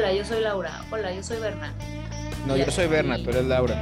Hola, yo soy Laura. Hola, yo soy Berna. No, yo soy Berna, tú eres Laura.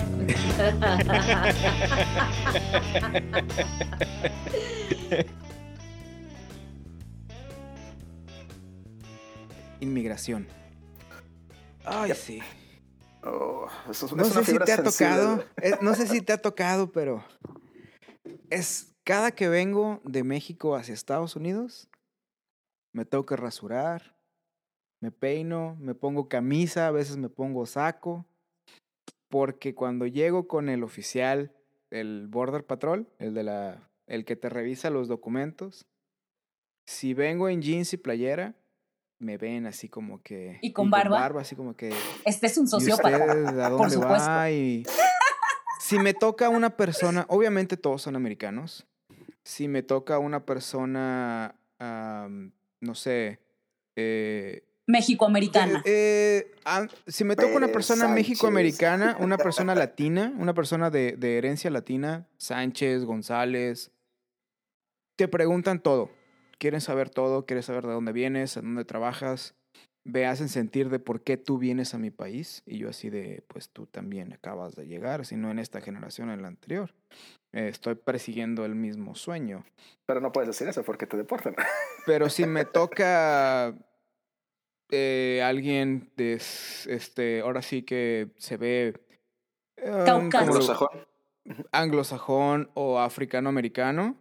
Inmigración. Ay, sí. Oh, eso es No una sé si fibra te ha sensible. tocado, no sé si te ha tocado, pero es cada que vengo de México hacia Estados Unidos, me tengo que rasurar, me peino, me pongo camisa, a veces me pongo saco, porque cuando llego con el oficial, el Border Patrol, el que te revisa los documentos, si vengo en jeans y playera, me ven así como que... ¿Y con barba? así como que... Este es un ¿Y sociópata, usted a por dónde supuesto. va? Y si me toca una persona, obviamente todos son americanos. Si me toca una persona, no sé, México-americana. si me toca una persona Sánchez. mexicoamericana, una persona latina, una persona de herencia latina, Sánchez, González, te preguntan todo. Quieren saber todo, quieren saber de dónde vienes, a dónde trabajas. Me hacen sentir de por qué tú vienes a mi país. Y yo así de, pues tú también acabas de llegar, si no en esta generación, en la anterior. Estoy persiguiendo el mismo sueño. Pero no puedes decir eso porque te deportan. Pero si me toca alguien ahora sí que se ve Caucásico. como Anglosajón. anglosajón o africano-americano,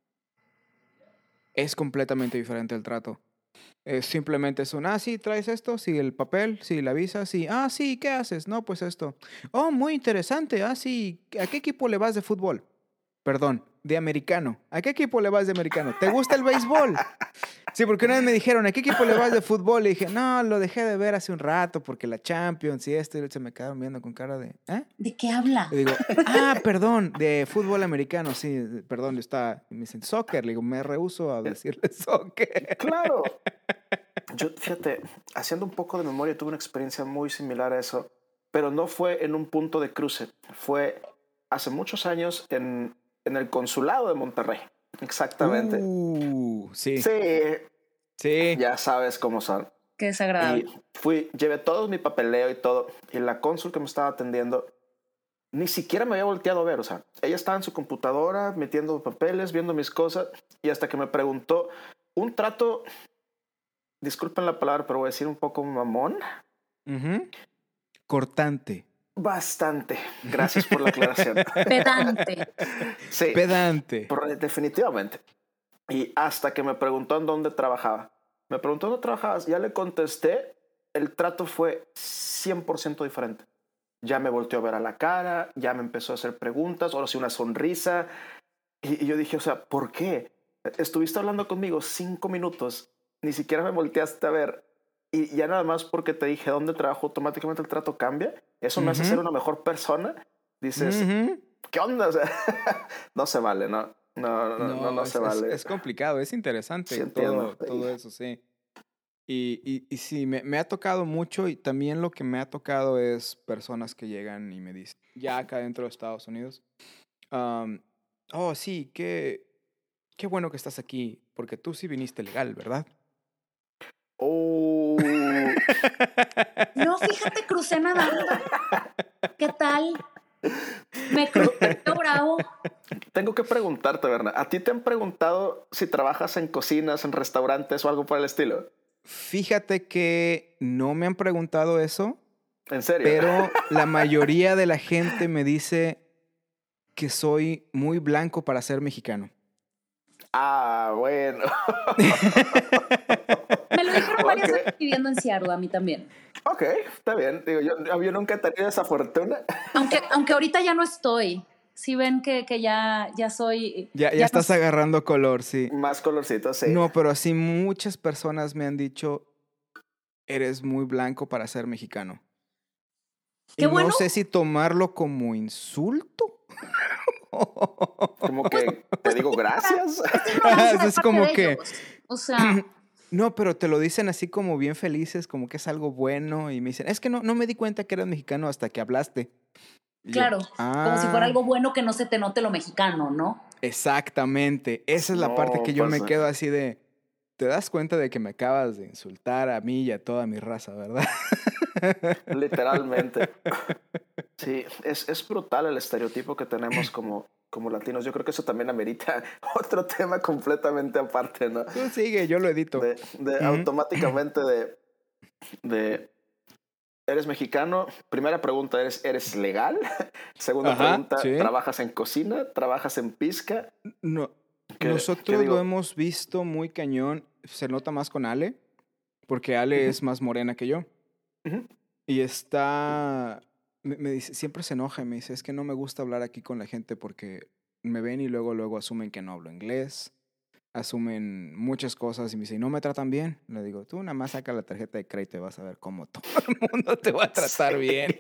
es completamente diferente el trato. Simplemente es sí, traes esto, sí, el papel, sí, la visa, sí. Sí, ¿qué haces? No, pues esto. Oh, muy interesante. Sí, ¿a qué equipo le vas de fútbol? Perdón, de americano. ¿A qué equipo le vas de americano? ¿Te gusta el béisbol? Sí, porque una vez me dijeron, ¿a qué equipo le vas de fútbol? Y dije, no, lo dejé de ver hace un rato porque la Champions y esto, y se me quedaron viendo con cara de, ¿eh? ¿De qué habla? Le digo, perdón, de fútbol americano, sí, perdón, y me dicen, soccer. Le digo, me rehúso a decirle soccer. Claro. Yo, fíjate, haciendo un poco de memoria, tuve una experiencia muy similar a eso, pero no fue en un punto de cruce. Fue hace muchos años en el consulado de Monterrey. Exactamente. Sí. Sí, Sí. ya sabes cómo son. Qué desagradable. Y llevé todo mi papeleo y todo, y la cónsul que me estaba atendiendo ni siquiera me había volteado a ver, o sea, ella estaba en su computadora metiendo papeles, viendo mis cosas, y hasta que me preguntó un trato, disculpen la palabra, pero voy a decir un poco mamón. Cortante. Bastante. Gracias por la aclaración. Pedante. Sí. Pedante. Definitivamente. Y hasta que me preguntó en dónde trabajaba. Me preguntó dónde trabajabas. Ya le contesté. El trato fue 100% diferente. Ya me volteó a ver a la cara. Ya me empezó a hacer preguntas. Ahora sí una sonrisa. Y yo dije, o sea, ¿por qué? Estuviste hablando conmigo 5 minutos. Ni siquiera me volteaste a ver. Y ya nada más porque te dije dónde trabajo, automáticamente el trato cambia. Eso me hace ser una mejor persona. Dices, ¿qué onda? O sea, no se vale, ¿no? No se vale. Es complicado, es interesante Sí, entiendo. todo eso, sí. Y sí, me ha tocado mucho y también lo que me ha tocado es personas que llegan y me dicen, ya acá dentro de Estados Unidos, sí, qué bueno que estás aquí, porque tú sí viniste legal, ¿verdad? Oh. No, fíjate, crucé nadando. ¿Qué tal? Me crucé bravo. Tengo que preguntarte, Berna, ¿a ti te han preguntado si trabajas en cocinas, en restaurantes o algo por el estilo? Fíjate que no me han preguntado eso. ¿En serio? Pero la mayoría de la gente me dice que soy muy blanco para ser mexicano. Bueno. Me lo dijeron varias veces viviendo en Seattle, a mí también. Ok, está bien. Digo, yo nunca he tenido esa fortuna. Aunque ahorita ya no estoy. Si ven que ya soy... Ya estás agarrando color, sí. Más colorcito, sí. No, pero así muchas personas me han dicho, eres muy blanco para ser mexicano. Qué y bueno. No sé si tomarlo como insulto. Como que te digo gracias. Es como que... O sea... No, pero te lo dicen así como bien felices, como que es algo bueno. Y me dicen, es que no me di cuenta que eras mexicano hasta que hablaste. Y claro, como si fuera algo bueno que no se te note lo mexicano, ¿no? Exactamente. Esa es la parte que yo me quedo así de... Te das cuenta de que me acabas de insultar a mí y a toda mi raza, ¿verdad? Literalmente. Sí, es brutal el estereotipo que tenemos como latinos. Yo creo que eso también amerita otro tema completamente aparte, ¿no? Tú sigue, yo lo edito. Automáticamente de ¿eres mexicano? Primera pregunta, ¿eres legal? Segunda pregunta, sí. ¿trabajas en cocina? ¿Trabajas en pizca? No, ¿Qué nosotros digo? lo hemos visto muy cañón. Se nota más con Ale, porque Ale es más morena que yo. Ujú. Y está... Me dice, siempre se enoja y me dice, es que no me gusta hablar aquí con la gente porque me ven y luego asumen que no hablo inglés. Asumen muchas cosas y me dice, ¿y no me tratan bien? Le digo, tú nada más saca la tarjeta de crédito y vas a ver cómo todo el mundo te va a tratar bien.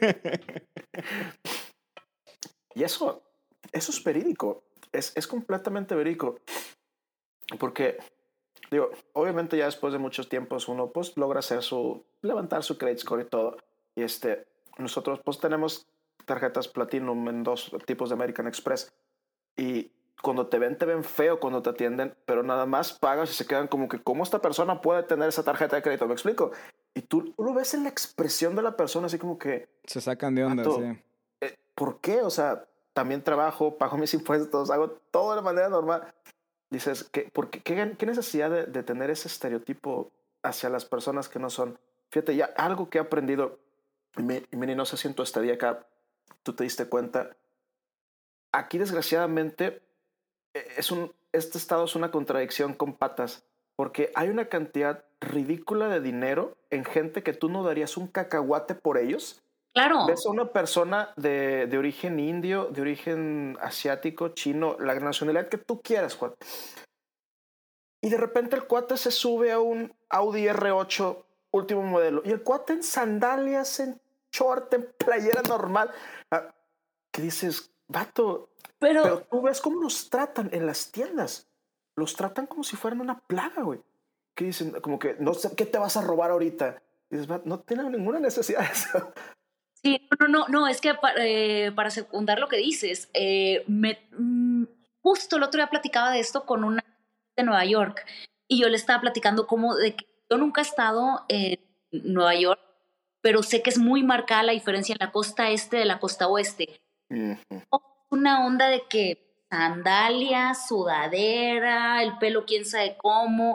Y eso es verídico. Es completamente verídico. Porque, digo, obviamente ya después de muchos tiempos uno pues logra levantar su credit score y todo. Y nosotros pues tenemos tarjetas Platinum en 2 tipos de American Express. Y cuando te ven feo cuando te atienden, pero nada más pagas y se quedan como que, ¿cómo esta persona puede tener esa tarjeta de crédito? ¿Me explico? Y tú lo ves en la expresión de la persona, así como que, Se sacan de onda, vato, sí. ¿por qué? O sea, también trabajo, pago mis impuestos, hago todo de manera normal. Dices, ¿qué necesidad de tener ese estereotipo hacia las personas que no son? Fíjate, ya algo que he aprendido, y no sé si en tu estadía acá tú te diste cuenta, aquí desgraciadamente este estado es una contradicción con patas, porque hay una cantidad ridícula de dinero en gente que tú no darías un cacahuate por ellos. Claro. Ves a una persona de origen indio, de origen asiático, chino, la nacionalidad que tú quieras, Juan. Y de repente el cuate se sube a un Audi R8 último modelo. Y el cuate en sandalias, en short, en playera normal. ¿Qué dices? Vato, pero tú ves cómo los tratan en las tiendas. Los tratan como si fueran una plaga, güey. ¿Qué dicen? Como que, no sé, ¿qué te vas a robar ahorita? Y dices, no tienen ninguna necesidad de eso. Sí, no, es que para secundar lo que dices, justo el otro día platicaba de esto con una de Nueva York y yo le estaba platicando como de que yo nunca he estado en Nueva York, pero sé que es muy marcada la diferencia en la costa este de la costa oeste. Una onda de que sandalias, sudadera, el pelo quién sabe cómo,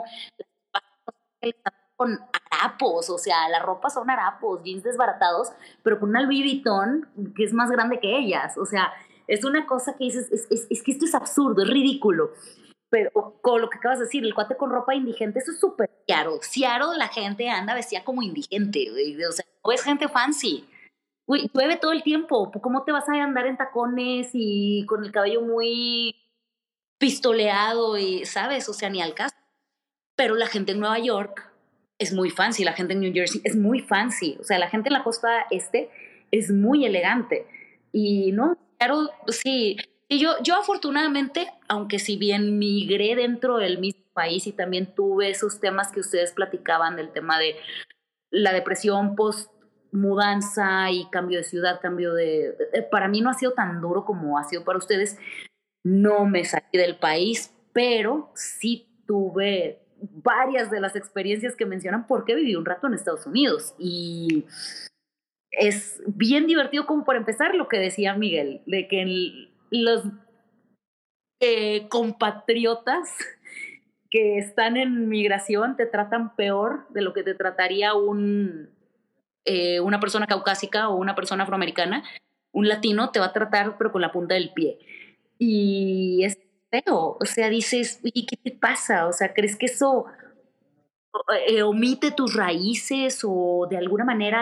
con harapos, o sea, las ropas son harapos, jeans desbaratados, pero con una Louis Vuitton que es más grande que ellas, o sea, es una cosa que dices, es que esto es absurdo, es ridículo. Pero con lo que acabas de decir, el cuate con ropa indigente, eso es súper Seattle la gente anda vestida como indigente, güey, o sea, no es gente fancy. Güey, llueve todo el tiempo, ¿cómo te vas a andar en tacones y con el cabello muy pistoleado y, sabes? O sea, ni al caso. Pero la gente en Nueva York es muy fancy, la gente en New Jersey es muy fancy, o sea, la gente en la costa este es muy elegante. Y no, claro, sí. Y yo afortunadamente, aunque si bien migré dentro del mismo país y también tuve esos temas que ustedes platicaban del tema de la depresión post mudanza y cambio de ciudad, para mí no ha sido tan duro como ha sido para ustedes. No me salí del país, pero sí tuve varias de las experiencias que mencionan porque viví un rato en Estados Unidos y es bien divertido como por empezar lo que decía Miguel, de que los compatriotas que están en migración te tratan peor de lo que te trataría una persona caucásica o una persona afroamericana. Un latino te va a tratar pero con la punta del pie. Y es feo, o sea, dices, ¿y qué te pasa? O sea, ¿crees que eso omite tus raíces o de alguna manera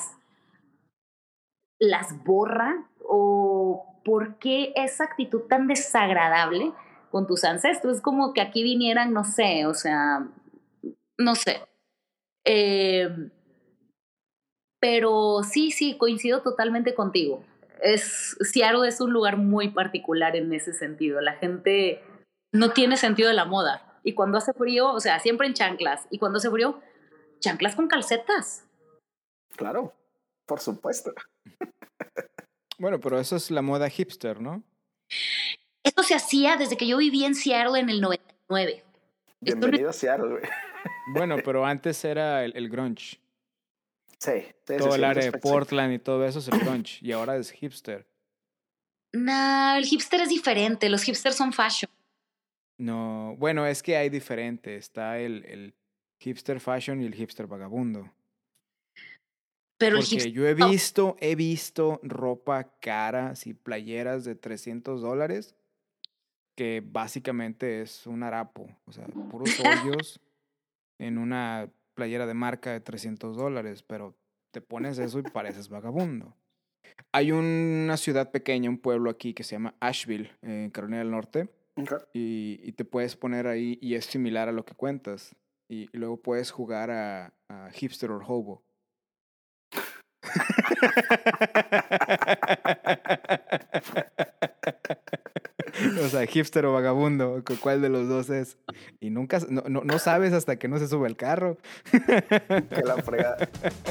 las borra? ¿O por qué esa actitud tan desagradable con tus ancestros? Es como que aquí vinieran, no sé, o sea, no sé. Eh, pero sí, coincido totalmente contigo. Seattle es un lugar muy particular en ese sentido. La gente no tiene sentido de la moda. Y cuando hace frío, o sea, siempre en chanclas. Y cuando hace frío, chanclas con calcetas. Claro, por supuesto. Bueno, pero eso es la moda hipster, ¿no? Esto se hacía desde que yo viví en Seattle en el 99. Bienvenido a Seattle, güey. Bueno, pero antes era el grunge. Sí, Todo el área de respecto, sí. Portland y todo eso es el grunge. Y ahora es hipster. No, el hipster es diferente. Los hipsters son fashion. No, bueno, es que hay diferente. Está el hipster fashion y el hipster vagabundo. Pero el Porque hipster. yo he visto ropa cara, así playeras de $300, que básicamente es un harapo. O sea, puros hoyos en una playera de marca de $300, pero te pones eso y pareces vagabundo. Hay una ciudad pequeña, un pueblo aquí que se llama Asheville, en Carolina del Norte, Okay. y te puedes poner ahí y es similar a lo que cuentas. Y luego puedes jugar a hipster or hobo. O sea, hipster o vagabundo, ¿cuál de los dos es? Y nunca, no sabes hasta que no se sube el carro. Que la fregada.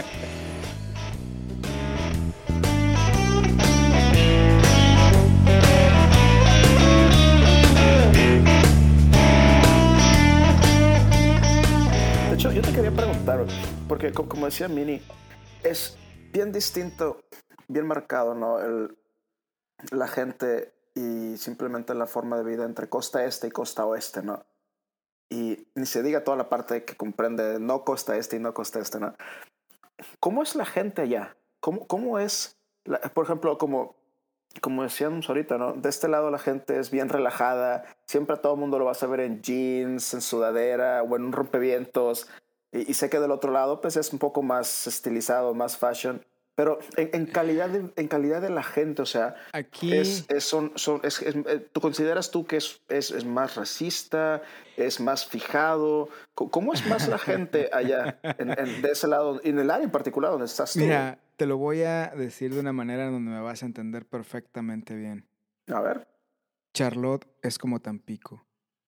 De hecho, yo te quería preguntar, porque como decía Mini, es bien distinto, bien marcado, ¿no? La gente y simplemente la forma de vida entre costa este y costa oeste, ¿no? Y ni se diga toda la parte que comprende no costa este y no costa este, ¿no? ¿Cómo es la gente allá? ¿Cómo es, por ejemplo, como decíamos ahorita, ¿no? De este lado la gente es bien relajada, siempre a todo el mundo lo vas a ver en jeans, en sudadera o en un rompevientos, y sé que del otro lado pues es un poco más estilizado, más fashion, pero en calidad de la gente, o sea, Aquí, ¿tú consideras tú que es más racista, es más fijado? ¿Cómo es más la gente allá, de ese lado, en el área en particular donde estás tú? mira, te lo voy a decir de una manera donde me vas a entender perfectamente bien. A ver. Charlotte es como Tampico.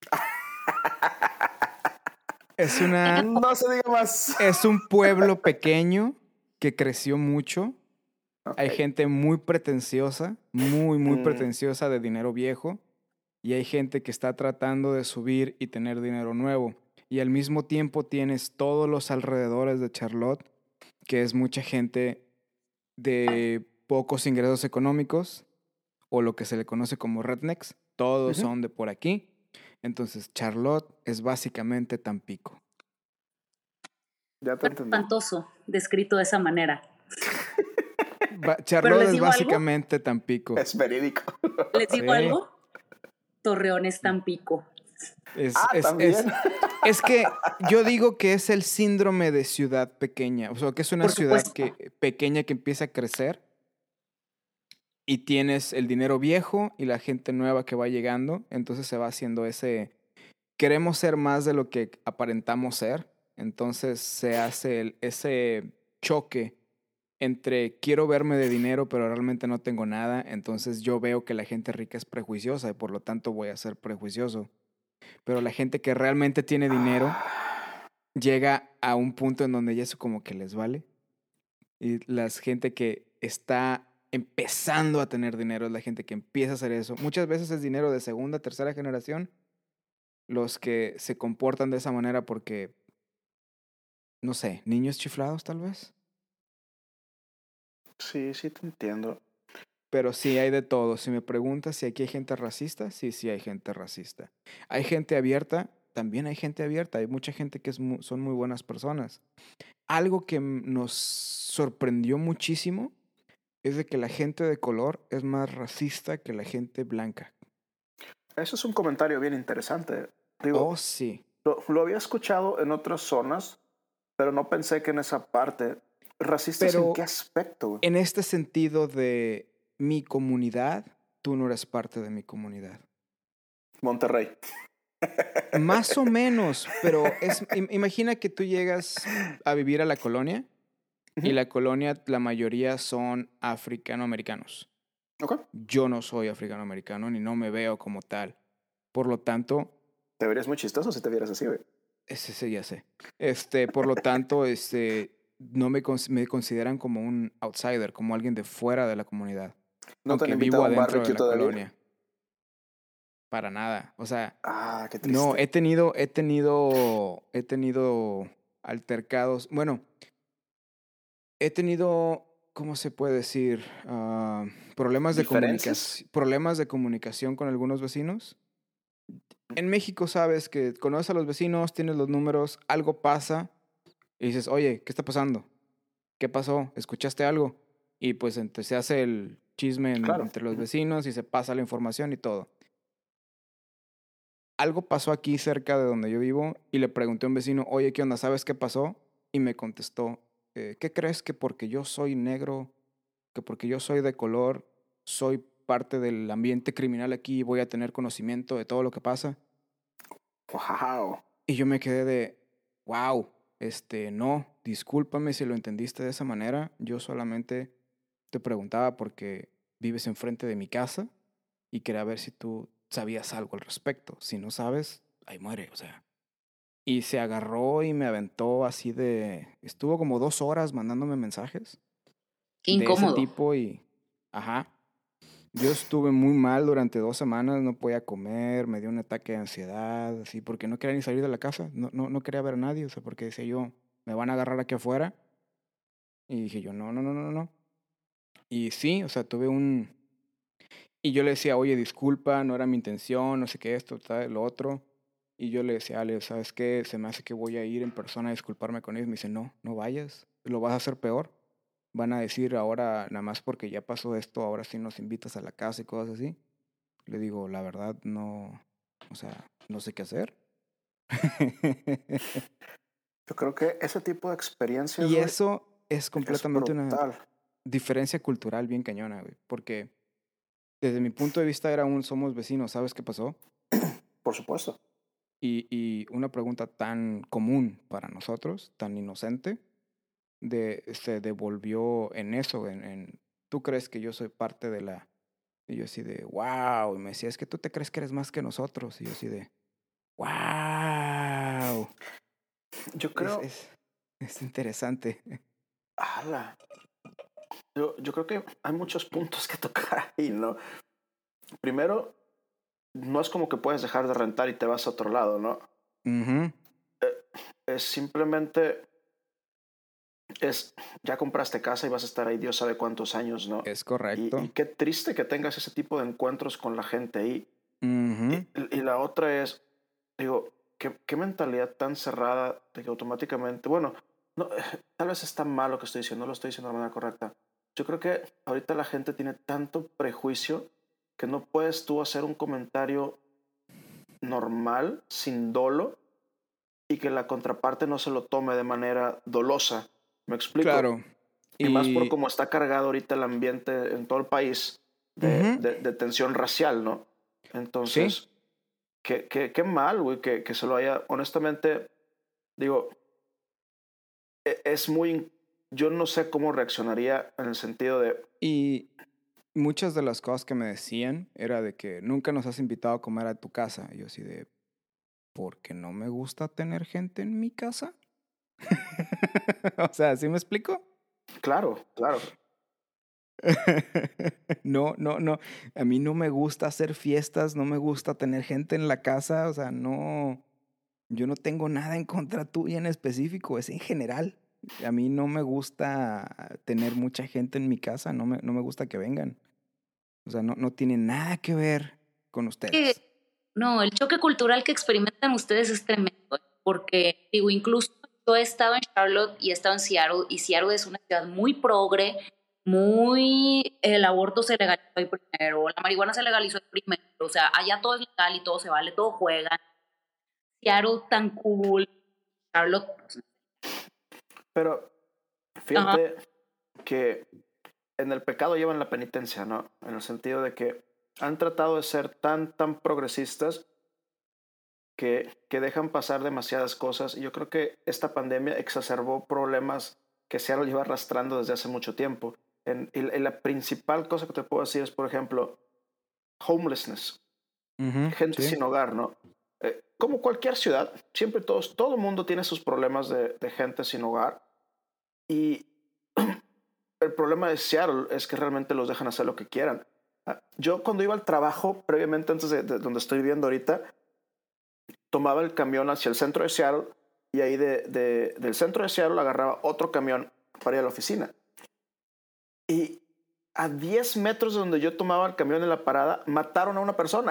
Es una, No se diga más. es un pueblo pequeño que creció mucho. Hay Ok. gente muy pretenciosa, muy Mm, pretenciosa de dinero viejo. Y hay gente que está tratando de subir y tener dinero nuevo. Y al mismo tiempo tienes todos los alrededores de Charlotte, que es mucha gente de pocos ingresos económicos, o lo que se le conoce como rednecks. Todos ujú. son de por aquí. Entonces, Charlotte es básicamente Tampico. Ya te entendí. Espantoso, descrito de esa manera. Pero Charlotte les es digo algo, básicamente Tampico. Es verídico. les digo Sí. algo, Torreón es Tampico. También. Es que yo digo que es el síndrome de ciudad pequeña. O sea, que es una Por ciudad supuesto. pequeña que empieza a crecer y tienes el dinero viejo y la gente nueva que va llegando. Entonces se va haciendo queremos ser más de lo que aparentamos ser. Entonces se hace ese choque entre quiero verme de dinero, pero realmente no tengo nada. Entonces yo veo que la gente rica es prejuiciosa y por lo tanto voy a ser prejuicioso. Pero la gente que realmente tiene dinero llega a un punto en donde ya eso como que les vale. Y la gente que está empezando a tener dinero es la gente que empieza a hacer eso. Muchas veces es dinero de segunda, tercera generación los que se comportan de esa manera porque, no sé, niños chiflados tal vez. Sí, sí te entiendo. Pero sí hay de todo. Si me preguntas si aquí hay gente racista, sí, sí hay gente racista. Hay gente abierta, también hay gente abierta. Hay mucha gente que son muy buenas personas. Algo que nos sorprendió muchísimo es de que la gente de color es más racista que la gente blanca. Eso es un comentario bien interesante. Digo, Oh, sí. lo había escuchado en otras zonas, pero no pensé que en esa parte. ¿Racistas en Pero qué aspecto, güey? en este sentido de mi comunidad, tú no eres parte de mi comunidad. Monterrey. Más o menos, pero imagina que tú llegas a vivir a la colonia y Ujú. la colonia, la mayoría son africanoamericanos. Ok. Yo no soy africanoamericano ni no me veo como tal. Por lo tanto, Te verías muy chistoso si te vieras así, güey. ese ya sé. Por lo tanto, no me consideran como un outsider, como alguien de fuera de la comunidad, ¿No te han aunque invitado vivo a un adentro de barbecue la todavía? colonia. para nada. O sea, Ah, qué no, triste. he tenido altercados. Bueno, he tenido, ¿cómo se puede decir? ¿Diferencias? Problemas de comunicación con algunos vecinos. En México sabes que conoces a los vecinos, tienes los números, algo pasa y dices, oye, ¿qué está pasando? ¿Qué pasó? ¿Escuchaste algo? Y pues se hace el chisme Claro. entre los vecinos y se pasa la información y todo. Algo pasó aquí cerca de donde yo vivo y le pregunté a un vecino, oye, ¿qué onda? ¿Sabes qué pasó? Y me contestó, ¿qué crees que porque yo soy negro, que porque yo soy de color, soy parte del ambiente criminal aquí y voy a tener conocimiento de todo lo que pasa? Wow. Y yo me quedé de, wow, no, discúlpame si lo entendiste de esa manera. Yo solamente te preguntaba porque vives enfrente de mi casa y quería ver si tú sabías algo al respecto. Si no sabes, ahí muere, o sea. Y se agarró y me aventó así estuvo como 2 horas mandándome mensajes Qué de ese incómodo. tipo ajá. Yo estuve muy mal durante 2 semanas, no podía comer, me dio un ataque de ansiedad, así, porque no quería ni salir de la casa, no quería ver a nadie, o sea, porque decía yo, me van a agarrar aquí afuera. Y dije yo, no, no, no, no, no. Y sí, o sea, y yo le decía, oye, disculpa, no era mi intención, no sé qué, esto, tal, lo otro. Y yo le decía, Ale, ¿sabes qué? Se me hace que voy a ir en persona a disculparme con ellos. Me dice, no, no vayas, lo vas a hacer peor. Van a decir ahora, nada más porque ya pasó esto, ahora sí nos invitas a la casa y cosas así. Le digo, la verdad, no, o sea, no sé qué hacer. Yo creo que ese tipo de experiencias, Y güey, eso es es completamente una brutal. diferencia cultural bien cañona, güey. Porque desde mi punto de vista era somos vecinos, ¿sabes qué pasó? Por supuesto. Y una pregunta tan común para nosotros, tan inocente, se devolvió en eso, ¿tú crees que yo soy parte de la... Y yo así de, wow, y me decía, es que tú te crees que eres más que nosotros. Y yo así de, wow, Yo es, creo, es, es interesante. ala, yo creo que hay muchos puntos que tocar ahí, ¿no? Primero, no es como que puedes dejar de rentar y te vas a otro lado, ¿no? Ujú, Es simplemente, es, ya compraste casa y vas a estar ahí Dios sabe cuántos años, ¿no? es Y correcto. qué triste que tengas ese tipo de encuentros con la gente ahí. Y, Ujú, y la otra es, digo, qué mentalidad tan cerrada de que automáticamente, bueno, no, tal vez está mal lo que estoy diciendo, no lo estoy diciendo de la manera correcta. Yo creo que ahorita la gente tiene tanto prejuicio que no puedes tú hacer un comentario normal, sin dolo, y que la contraparte no se lo tome de manera dolosa. ¿Me explico? claro. Y más por Y cómo está cargado ahorita el ambiente en todo el país ujú, de tensión racial, ¿no? sí. Entonces, qué mal, güey, que se lo haya, honestamente, digo, es muy, yo no sé cómo reaccionaría en el sentido de, Y muchas de las cosas que me decían era de que nunca nos has invitado a comer a tu casa. Y yo así de, ¿porque no me gusta tener gente en mi casa? O sea, ¿sí me explico? claro, claro, No, no, no. A mí no me gusta hacer fiestas, no me gusta tener gente en la casa. O sea, no. Yo no tengo nada en contra tuya en específico, es en general. A mí no me gusta tener mucha gente en mi casa, no me gusta que vengan. O sea, no tiene nada que ver con Que, ustedes. no, el choque cultural que experimentan ustedes es tremendo, porque digo, incluso yo he estado en Charlotte y he estado en Seattle, y Seattle es una ciudad muy progre, muy, el aborto se legalizó ahí primero, la marihuana se legalizó ahí primero, o sea, allá todo es legal y todo se vale, todo juega. Seattle tan cool, Charlotte, pues, pero ajá, fíjate que en el pecado llevan la penitencia, ¿no? En el sentido de que han tratado de ser tan progresistas que dejan pasar demasiadas cosas. Y yo creo que esta pandemia exacerbó problemas que se han llevado arrastrando desde hace mucho tiempo. Y la principal cosa que te puedo decir es, por ejemplo, homelessness, Ujú, gente sí. sin hogar, ¿no? Como cualquier ciudad, siempre todo el mundo tiene sus problemas de gente sin hogar. Y el problema de Seattle es que realmente los dejan hacer lo que quieran. Yo cuando iba al trabajo, previamente antes de donde estoy viviendo ahorita, tomaba el camión hacia el centro de Seattle y ahí del centro de Seattle agarraba otro camión para ir a la oficina. Y a 10 metros de donde yo tomaba el camión en la parada, mataron a una persona.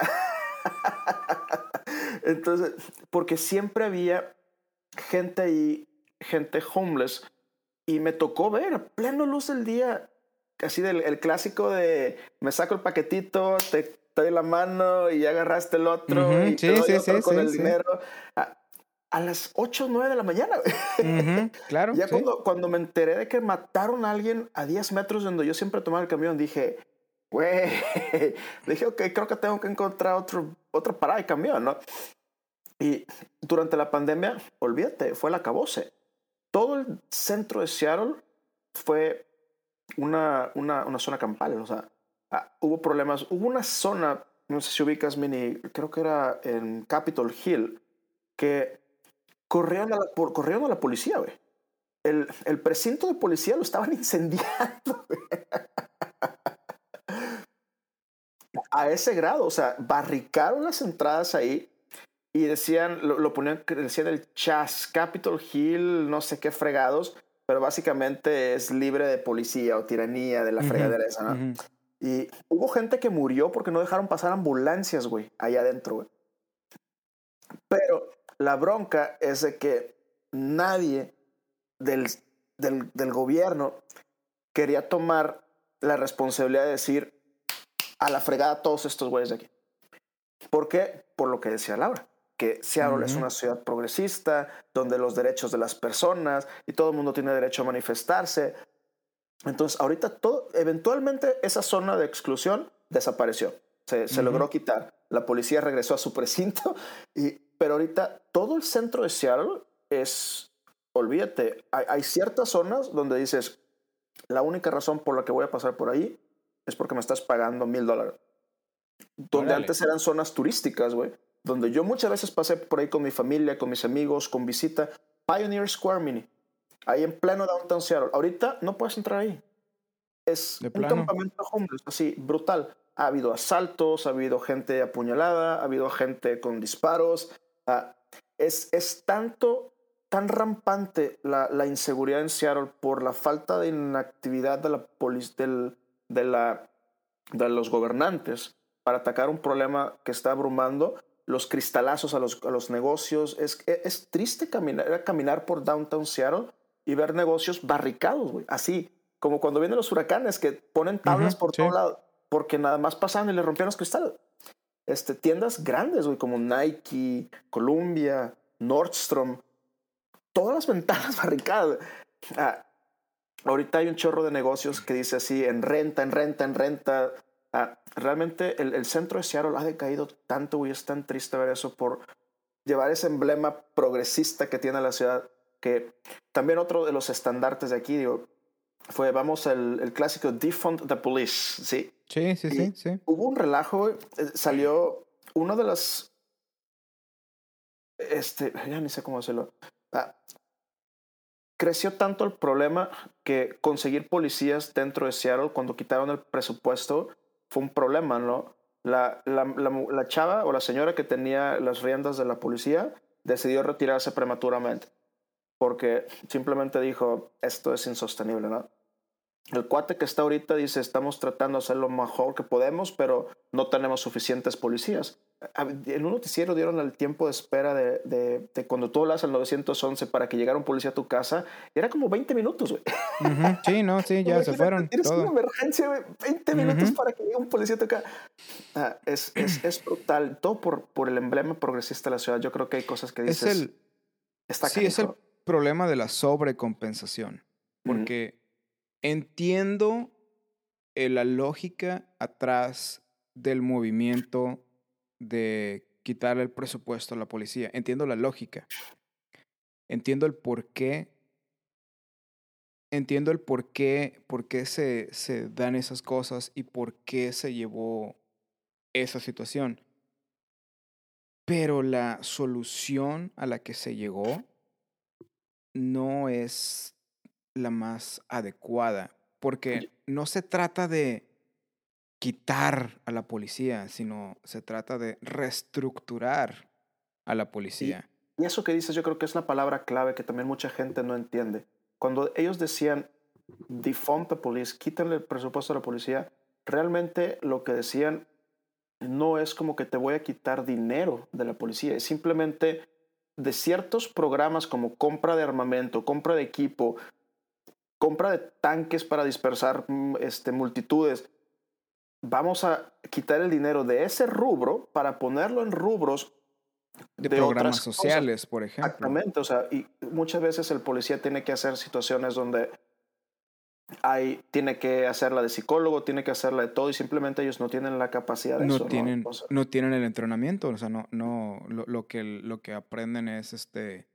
Entonces, porque siempre había gente ahí, gente homeless, y me tocó ver a pleno luz del día, así el clásico de me saco el paquetito, te doy la mano y ya agarraste el otro y te doy otro con el dinero. A las 8 o 9 de la mañana. Claro, Ya sí. cuando me enteré de que mataron a alguien a 10 metros de donde yo siempre tomaba el camión, dije, güey, dije, ok, creo que tengo que encontrar otra parada de camión, ¿no? Y durante la pandemia, olvídate, fue el acabose. Todo el centro de Seattle fue una zona campal, o sea, hubo problemas. Hubo una zona, no sé si ubicas, Mini, creo que era en Capitol Hill, que corrieron a la policía, güey. El precinto de policía lo estaban incendiando, güey. A ese grado, o sea, barricaron las entradas ahí y decían, lo ponían, decían el Chas, Capitol Hill, no sé qué fregados, pero básicamente es libre de policía o tiranía de la fregadera esa, ¿no? Y hubo gente que murió porque no dejaron pasar ambulancias, güey, allá adentro, güey. Pero la bronca es de que nadie del, del gobierno quería tomar la responsabilidad de decir a la fregada todos estos güeyes de aquí. ¿Por qué? Por lo que decía Laura, que Seattle es una ciudad progresista, donde los derechos de las personas y todo el mundo tiene derecho a manifestarse. Entonces, ahorita eventualmente esa zona de exclusión desapareció. Se logró quitar. La policía regresó a su precinto, pero ahorita todo el centro de Seattle olvídate, hay ciertas zonas donde dices, la única razón por la que voy a pasar por ahí es porque me estás pagando $1,000. Donde antes eran zonas turísticas, güey. Donde yo muchas veces pasé por ahí con mi familia, con mis amigos, con visita. Pioneer Square, Mini. Ahí en pleno downtown Seattle. Ahorita no puedes entrar ahí. Es un campamento homeless, así, brutal. Ha habido asaltos, ha habido gente apuñalada, ha habido gente con disparos. Es tan rampante la inseguridad en Seattle por la falta de inactividad de la de los gobernantes para atacar un problema que está abrumando, los cristalazos a los negocios. Es triste caminar por downtown Seattle y ver negocios barricados, güey. Así como cuando vienen los huracanes que ponen tablas por todo lado porque nada más pasaban y le rompían los cristales. Tiendas grandes, güey, como Nike, Columbia, Nordstrom, todas las ventanas barricadas. Ahorita hay un chorro de negocios que dice así, en renta. Realmente el centro de Seattle ha decaído tanto, güey, es tan triste ver eso por llevar ese emblema progresista que tiene la ciudad, que también otro de los estandartes de aquí, digo, fue, vamos, el clásico Defund the Police, ¿sí? Sí. Hubo un relajo, güey, salió uno de las, ya ni sé cómo decirlo, creció tanto el problema que conseguir policías dentro de Seattle cuando quitaron el presupuesto fue un problema, ¿no? La chava o la señora que tenía las riendas de la policía decidió retirarse prematuramente porque simplemente dijo, esto es insostenible, ¿no? El cuate que está ahorita dice, estamos tratando de hacer lo mejor que podemos, pero no tenemos suficientes policías. En un noticiero dieron el tiempo de espera de cuando tú hablas al 911 para que llegara un policía a tu casa, y era como 20 minutos, güey. Sí, no, sí, ya se fueron. Tienes una emergencia, güey, 20 minutos para que llegue un policía a tu casa. Es brutal. Todo por el emblema progresista de la ciudad. Yo creo que hay cosas que dices... Es el problema de la sobrecompensación. Porque entiendo la lógica atrás del movimiento de quitarle el presupuesto a la policía. Entiendo la lógica. Entiendo el por qué. Entiendo el por qué se dan esas cosas y por qué se llevó esa situación. Pero la solución a la que se llegó no es la más adecuada. Porque no se trata de quitar a la policía, sino se trata de reestructurar a la policía. Y eso que dices yo creo que es la palabra clave que también mucha gente no entiende. Cuando ellos decían defund the police, quítenle el presupuesto a la policía, realmente lo que decían no es como que te voy a quitar dinero de la policía, es simplemente de ciertos programas como compra de armamento, compra de equipo, compra de tanques para dispersar multitudes. Vamos a quitar el dinero de ese rubro para ponerlo en rubros de programas sociales, por ejemplo. Exactamente, o sea, y muchas veces el policía tiene que hacer situaciones donde tiene que hacerla de psicólogo, tiene que hacerla de todo y simplemente ellos no tienen la capacidad de eso. No tienen el entrenamiento, o sea, lo que aprenden es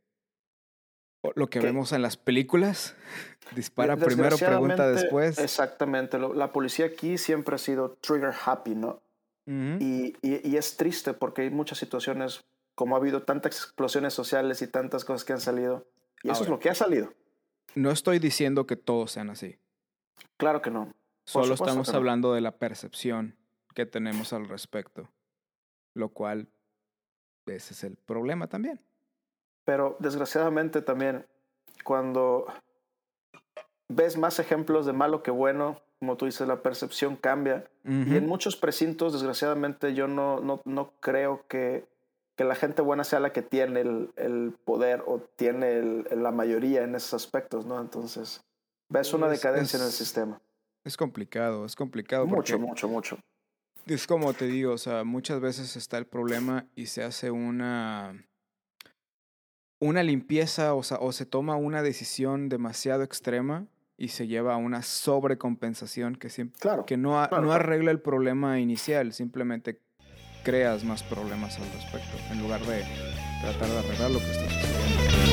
lo que vemos en las películas, dispara primero, pregunta después. Exactamente, la policía aquí siempre ha sido trigger happy, ¿no? Uh-huh. Y es triste porque hay muchas situaciones, como ha habido tantas explosiones sociales y tantas cosas que han salido, y eso es lo que ha salido. No estoy diciendo que todos sean así. Claro que no. Solo estamos hablando de la percepción que tenemos al respecto, lo cual ese es el problema también. Pero desgraciadamente también cuando ves más ejemplos de malo que bueno, como tú dices, la percepción cambia. Uh-huh. Y en muchos precintos, desgraciadamente, yo no creo que la gente buena sea la que tiene el poder o tiene la mayoría en esos aspectos, ¿no? Entonces, ves una decadencia en el sistema. Es complicado. Mucho. Es como te digo, o sea, muchas veces está el problema y se hace una limpieza, o se toma una decisión demasiado extrema y se lleva a una sobrecompensación que no arregla el problema inicial, simplemente creas más problemas al respecto, en lugar de tratar de arreglar lo que está sucediendo.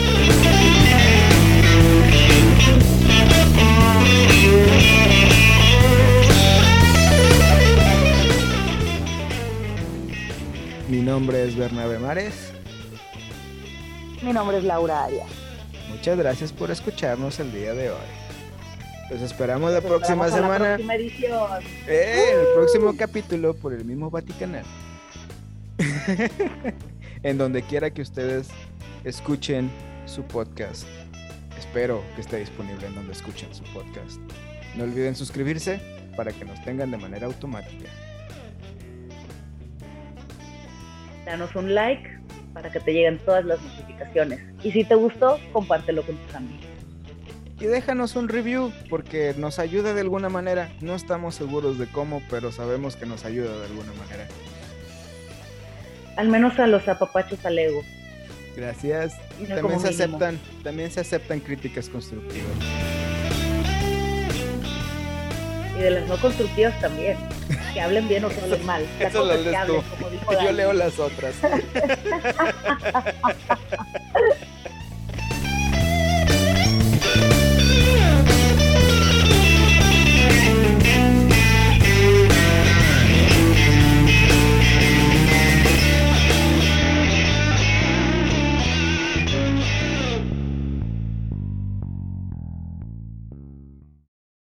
Mi nombre es Bernabé Mares. Mi nombre es Laura Arias. Muchas gracias por escucharnos el día de hoy. Los esperamos la próxima semana. La próxima edición. En el próximo capítulo por el mismo Vaticanal. En donde quiera que ustedes escuchen su podcast. Espero que esté disponible en donde escuchen su podcast. No olviden suscribirse para que nos tengan de manera automática. Danos un like para que te lleguen todas las notificaciones. Y si te gustó, compártelo con tus amigos. Y déjanos un review porque nos ayuda de alguna manera. No estamos seguros de cómo, pero sabemos que nos ayuda de alguna manera. Al menos a los apapachos al ego. Gracias. También se aceptan críticas constructivas. Y de las no constructivas también. Que hablen bien o que hablen mal. Eso lo lees tú. Yo leo las otras.